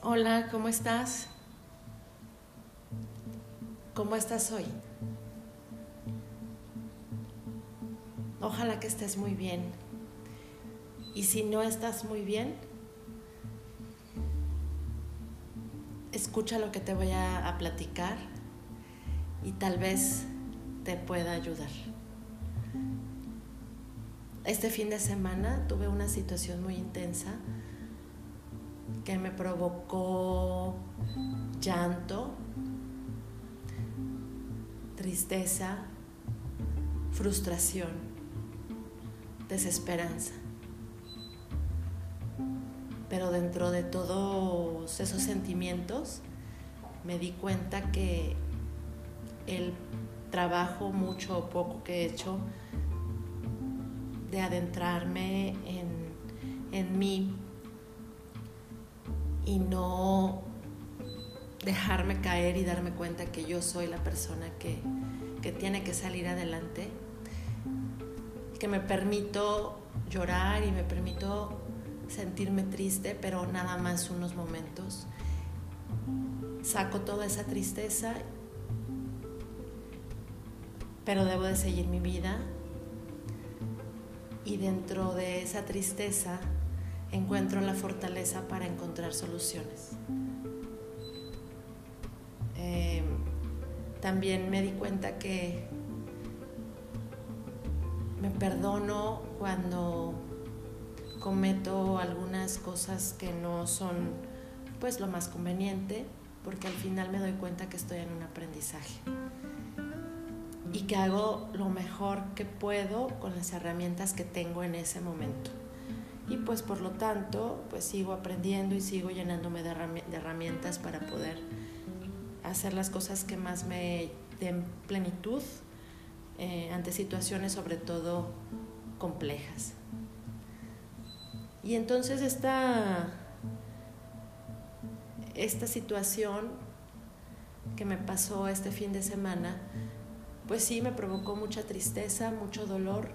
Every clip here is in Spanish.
Hola, ¿cómo estás? ¿Cómo estás hoy? Ojalá que estés muy bien. Y si no estás muy bien, escucha lo que te voy a platicar y tal vez te pueda ayudar. Este fin de semana tuve una situación muy intensa que me provocó llanto, tristeza, frustración, desesperanza. Pero dentro de todos esos sentimientos me di cuenta que el trabajo, mucho o poco que he hecho, de adentrarme en mí y no dejarme caer y darme cuenta que yo soy la persona que tiene que salir adelante, que me permito llorar y me permito sentirme triste, pero nada más unos momentos. Saco toda esa tristeza, pero debo de seguir mi vida, y dentro de esa tristeza encuentro la fortaleza para encontrar soluciones. También me di cuenta que me perdono cuando cometo algunas cosas que no son pues lo más conveniente, porque al final me doy cuenta que estoy en un aprendizaje y que hago lo mejor que puedo con las herramientas que tengo en ese momento. Y pues por lo tanto, pues sigo aprendiendo y sigo llenándome de herramientas para poder hacer las cosas que más me den plenitud ante situaciones sobre todo complejas. Y entonces esta situación que me pasó este fin de semana, pues sí me provocó mucha tristeza, mucho dolor.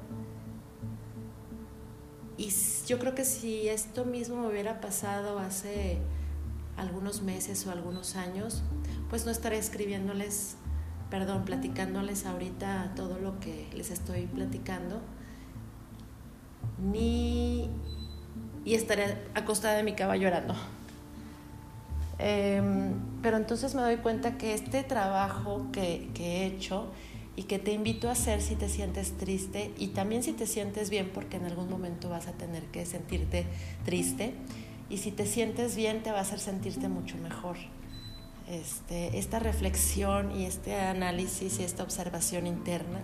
Y yo creo que si esto mismo me hubiera pasado hace algunos meses o algunos años, pues no estaré platicándoles ahorita todo lo que les estoy platicando, y estaré acostada en mi cama llorando. Pero entonces me doy cuenta que este trabajo que he hecho y que te invito a hacer si te sientes triste, y también si te sientes bien, porque en algún momento vas a tener que sentirte triste, y si te sientes bien te va a hacer sentirte mucho mejor. Esta reflexión y este análisis y esta observación interna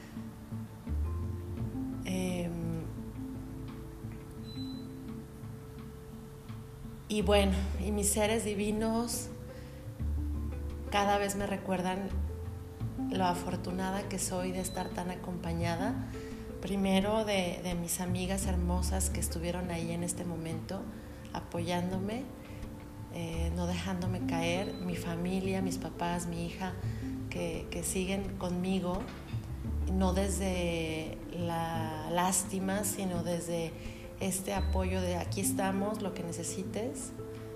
y bueno, y mis seres divinos cada vez me recuerdan lo afortunada que soy de estar tan acompañada, primero de mis amigas hermosas que estuvieron ahí en este momento apoyándome, no dejándome caer, mi familia, mis papás, mi hija, que siguen conmigo, no desde la lástima, sino desde este apoyo de aquí estamos, lo que necesites.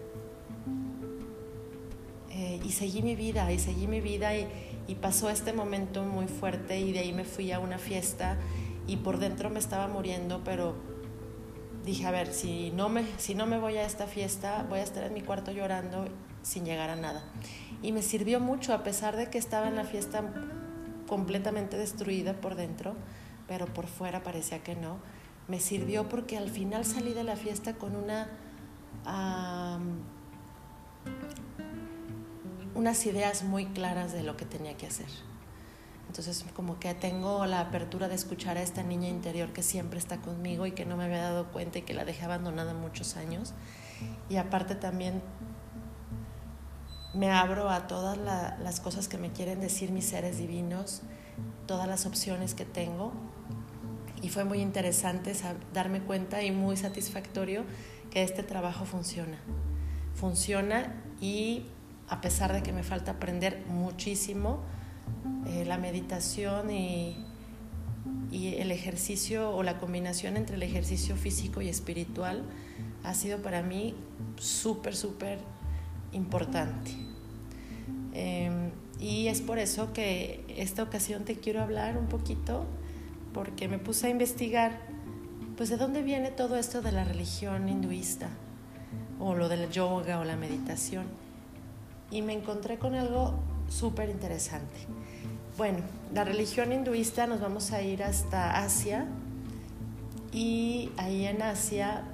Y seguí mi vida y pasó este momento muy fuerte, y de ahí me fui a una fiesta y por dentro me estaba muriendo, pero dije, a ver, si no me voy a esta fiesta, voy a estar en mi cuarto llorando sin llegar a nada. Y me sirvió mucho, a pesar de que estaba en la fiesta completamente destruida por dentro, pero por fuera parecía que no. Me sirvió porque al final salí de la fiesta con unas ideas muy claras de lo que tenía que hacer. Entonces como que tengo la apertura de escuchar a esta niña interior que siempre está conmigo y que no me había dado cuenta y que la dejé abandonada muchos años. Y aparte también me abro a todas las cosas que me quieren decir mis seres divinos, todas las opciones que tengo. Y fue muy interesante darme cuenta y muy satisfactorio que este trabajo funciona. Y a pesar de que me falta aprender muchísimo, la meditación y el ejercicio, o la combinación entre el ejercicio físico y espiritual, ha sido para mí súper importante. Y es por eso que esta ocasión te quiero hablar un poquito, porque me puse a investigar, pues de dónde viene todo esto de la religión hinduista, o lo del yoga o la meditación. Y me encontré con algo súper interesante. Bueno, la religión hinduista, nos vamos a ir hasta Asia, y ahí en Asia,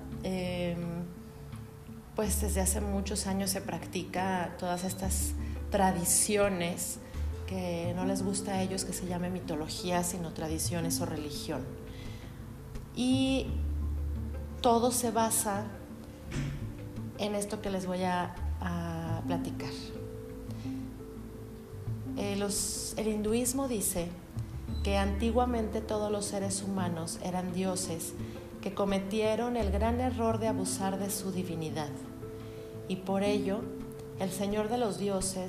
pues desde hace muchos años se practica todas estas tradiciones que no les gusta a ellos que se llame mitología, sino tradiciones o religión. Y todo se basa en esto que les voy a platicar. El hinduismo dice que antiguamente todos los seres humanos eran dioses que cometieron el gran error de abusar de su divinidad. Y por ello, el Señor de los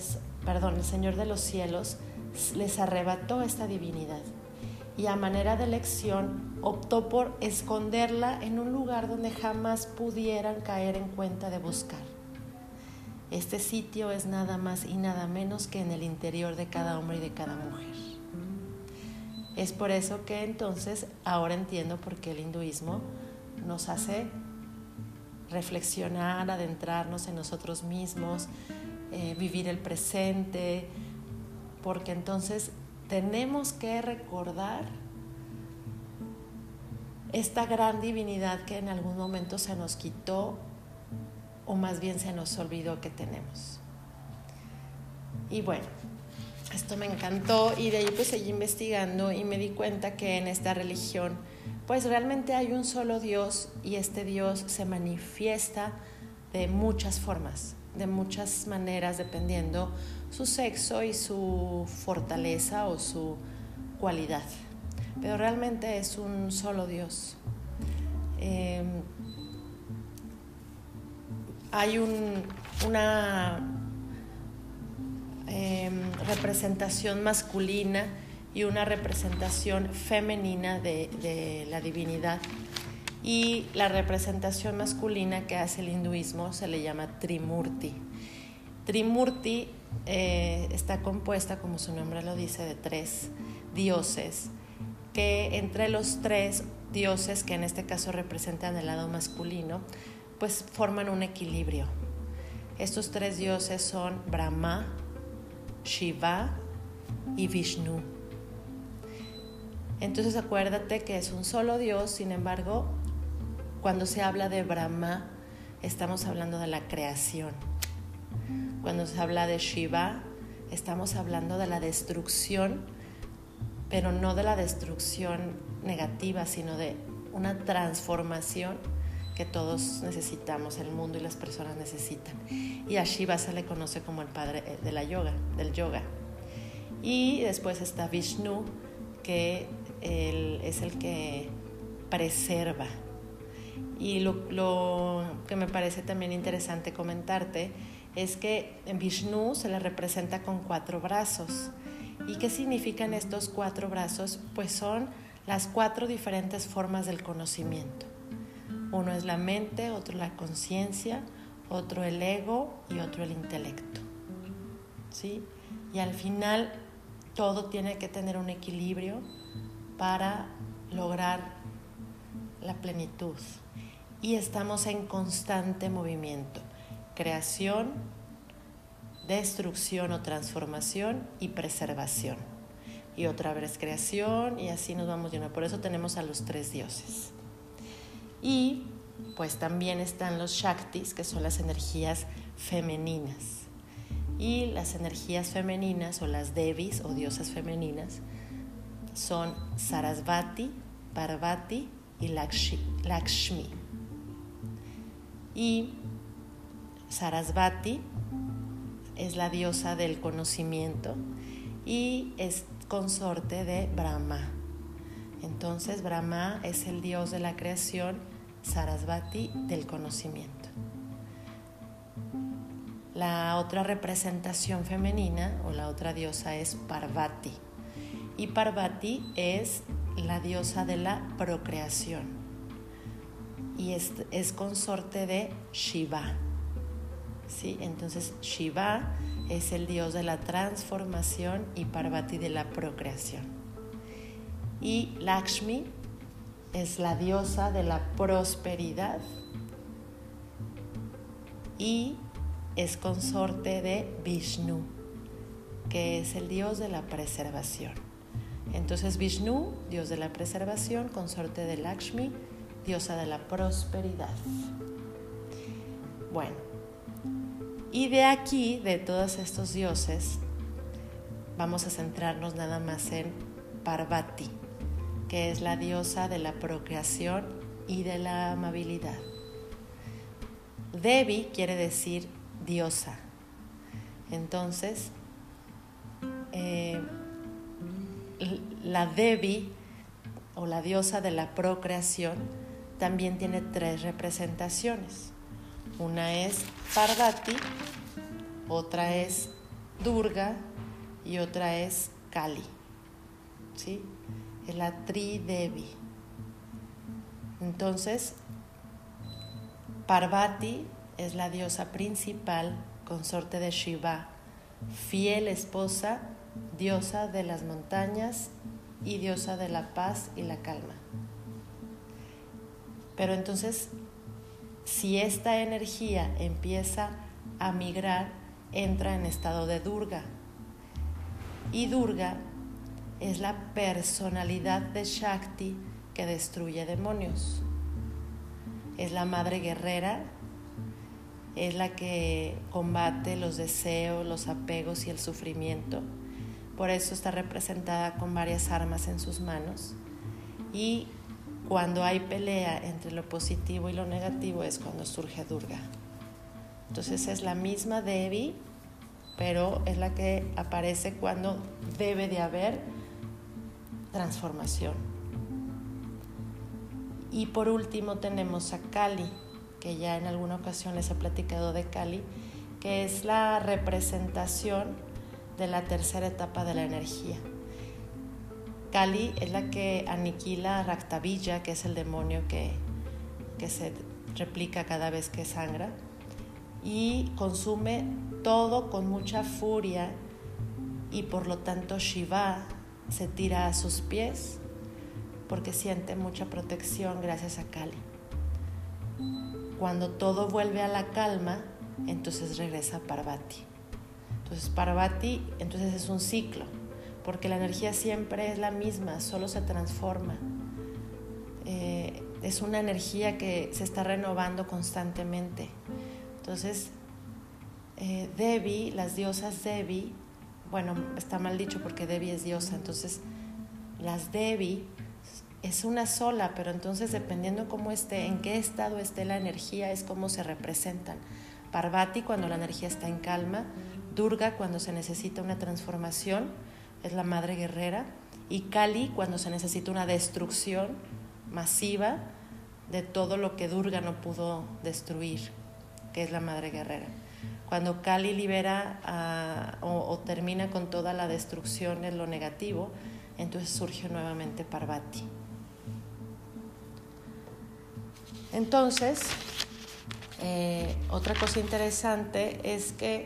cielos les arrebató esta divinidad. Y a manera de lección, optó por esconderla en un lugar donde jamás pudieran caer en cuenta de buscar. Este sitio es nada más y nada menos que en el interior de cada hombre y de cada mujer. Es por eso que entonces ahora entiendo por qué el hinduismo nos hace reflexionar, adentrarnos en nosotros mismos, vivir el presente, porque entonces tenemos que recordar esta gran divinidad que en algún momento se nos quitó, o más bien se nos olvidó que tenemos. Y bueno, esto me encantó, y de ahí pues seguí investigando y me di cuenta que en esta religión pues realmente hay un solo Dios, y este Dios se manifiesta de muchas formas, de muchas maneras, dependiendo su sexo y su fortaleza o su cualidad. Pero realmente es un solo Dios. Hay una representación masculina y una representación femenina de la divinidad. Y la representación masculina que hace el hinduismo se le llama Trimurti. Trimurti está compuesta, como su nombre lo dice, de 3 dioses, que entre los 3 dioses, que en este caso representan el lado masculino, pues forman un equilibrio. Estos 3 dioses son Brahma, Shiva y Vishnu. Entonces acuérdate que es un solo Dios. Sin embargo, cuando se habla de Brahma, estamos hablando de la creación. Cuando se habla de Shiva, estamos hablando de la destrucción, pero no de la destrucción negativa, sino de una transformación que todos necesitamos, el mundo y las personas necesitan. Y a Shiva se le conoce como el padre del yoga. Y después está Vishnu, que es el que preserva. Y lo que me parece también interesante comentarte es que en Vishnu se le representa con 4 brazos. ¿Y qué significan estos 4 brazos? Pues son las 4 diferentes formas del conocimiento. Uno es la mente, otro la conciencia, otro el ego y otro el intelecto. ¿Sí? Y al final todo tiene que tener un equilibrio para lograr la plenitud. Y estamos en constante movimiento: creación, destrucción o transformación y preservación. Y otra vez creación, y así nos vamos yendo. Por eso tenemos a los 3 dioses. Y pues también están los Shaktis, que son las energías femeninas. Y las energías femeninas, o las Devis o diosas femeninas, son Sarasvati, Parvati y Lakshmi. Y Sarasvati es la diosa del conocimiento y es consorte de Brahma. Entonces Brahma es el dios de la creación, Sarasvati del conocimiento. La otra representación femenina o la otra diosa es Parvati. Y Parvati es la diosa de la procreación y es consorte de Shiva. ¿sí? Entonces Shiva es el dios de la transformación y Parvati de la procreación. Y Lakshmi es la diosa de la prosperidad y es consorte de Vishnu, que es el dios de la preservación. Entonces Vishnu, dios de la preservación, consorte de Lakshmi, diosa de la prosperidad. Bueno, y de aquí, de todos estos dioses, vamos a centrarnos nada más en Parvati, que es la diosa de la procreación y de la amabilidad. Devi quiere decir diosa. Entonces, la Devi o la diosa de la procreación también tiene 3 representaciones. Una es Parvati, otra es Durga y otra es Kali, ¿sí? Es la Tridevi. Entonces, Parvati es la diosa principal, consorte de Shiva, fiel esposa, diosa de las montañas y diosa de la paz y la calma. Pero entonces, si esta energía empieza a migrar, entra en estado de Durga. Y Durga es la personalidad de Shakti que destruye demonios. Es la madre guerrera, es la que combate los deseos, los apegos y el sufrimiento. Por eso está representada con varias armas en sus manos. Y cuando hay pelea entre lo positivo y lo negativo es cuando surge Durga. Entonces es la misma Devi, pero es la que aparece cuando debe de haber transformación. Y por último tenemos a Kali, que ya en alguna ocasión les he platicado de Kali, que es la representación de la tercera etapa de la energía. Kali es la que aniquila a Raktavija, que es el demonio que se replica cada vez que sangra, y consume todo con mucha furia, y por lo tanto Shiva se tira a sus pies porque siente mucha protección gracias a Kali. Cuando todo vuelve a la calma, entonces regresa Parvati. Entonces Parvati es un ciclo, porque la energía siempre es la misma, solo se transforma. Es una energía que se está renovando constantemente. Entonces, Devi, las diosas Devi, bueno, está mal dicho porque Devi es diosa, entonces las Devi es una sola, pero entonces dependiendo cómo esté, en qué estado esté la energía, es cómo se representan. Parvati cuando la energía está en calma, Durga cuando se necesita una transformación, es la madre guerrera, y Kali cuando se necesita una destrucción masiva de todo lo que Durga no pudo destruir, que es la madre guerrera. Cuando Kali libera o termina con toda la destrucción en lo negativo, entonces surge nuevamente Parvati. Entonces, otra cosa interesante es que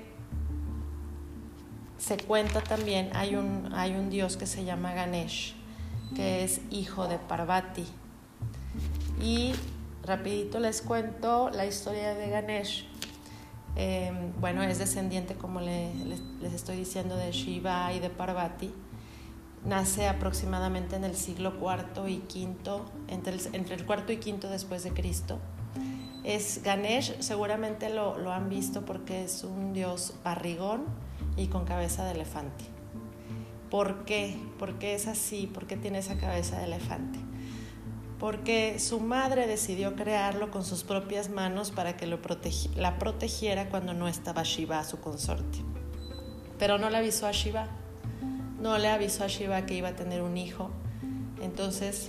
se cuenta también, hay un dios que se llama Ganesh, que es hijo de Parvati. Y rapidito les cuento la historia de Ganesh. Bueno, es descendiente, como les estoy diciendo, de Shiva y de Parvati. Nace aproximadamente en el siglo IV y V, entre el IV y V después de Cristo. Es Ganesh, seguramente lo han visto porque es un dios barrigón y con cabeza de elefante. ¿Por qué? ¿Por qué es así? ¿Por qué tiene esa cabeza de elefante? Porque su madre decidió crearlo con sus propias manos para que la protegiera cuando no estaba Shiva, su consorte. Pero no le avisó a Shiva. No le avisó a Shiva que iba a tener un hijo. Entonces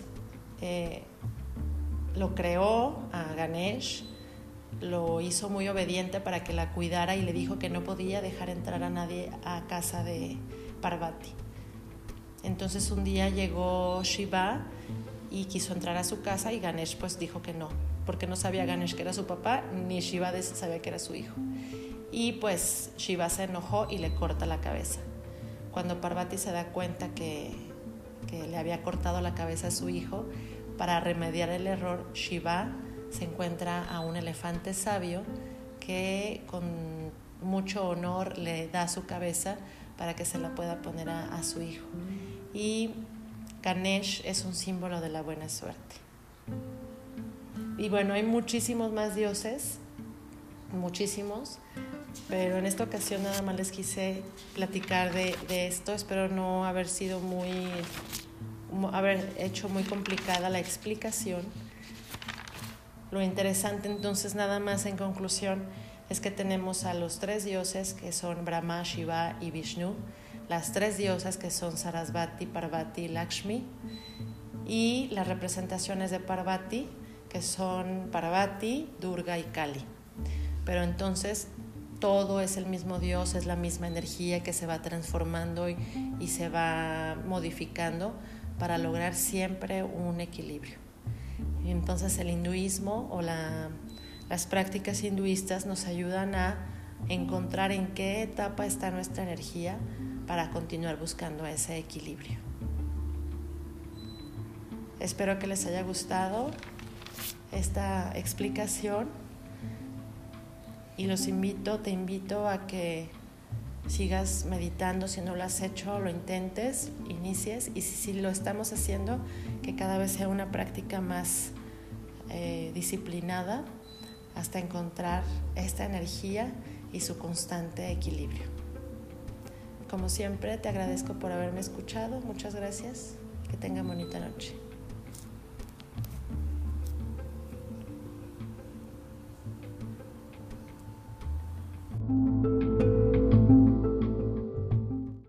lo creó a Ganesh, lo hizo muy obediente para que la cuidara y le dijo que no podía dejar entrar a nadie a casa de Parvati. Entonces un día llegó Shiva y quiso entrar a su casa y Ganesh pues dijo que no, porque no sabía Ganesh que era su papá, ni Shiva sabía que era su hijo. y pues Shiva se enojó y le corta la cabeza. Cuando Parvati se da cuenta que le había cortado la cabeza a su hijo, para remediar el error, Shiva se encuentra a un elefante sabio que con mucho honor le da su cabeza para que se la pueda poner a su hijo. Y Ganesh es un símbolo de la buena suerte. Y bueno, hay muchísimos más dioses, muchísimos, pero en esta ocasión nada más les quise platicar de esto. Espero no haber hecho muy complicada la explicación. Lo interesante entonces, nada más en conclusión, es que tenemos a los 3 dioses que son Brahma, Shiva y Vishnu, las 3 diosas que son Sarasvati, Parvati y Lakshmi, y las representaciones de Parvati que son Parvati, Durga y Kali. Pero entonces todo es el mismo Dios, es la misma energía que se va transformando y se va modificando para lograr siempre un equilibrio. Y entonces el hinduismo o las prácticas hinduistas nos ayudan a encontrar en qué etapa está nuestra energía para continuar buscando ese equilibrio. Espero que les haya gustado esta explicación y te invito a que sigas meditando. Si no lo has hecho, lo intentes, inicies, y si lo estamos haciendo, que cada vez sea una práctica más disciplinada hasta encontrar esta energía y su constante equilibrio. Como siempre, te agradezco por haberme escuchado. Muchas gracias. Que tengan bonita noche.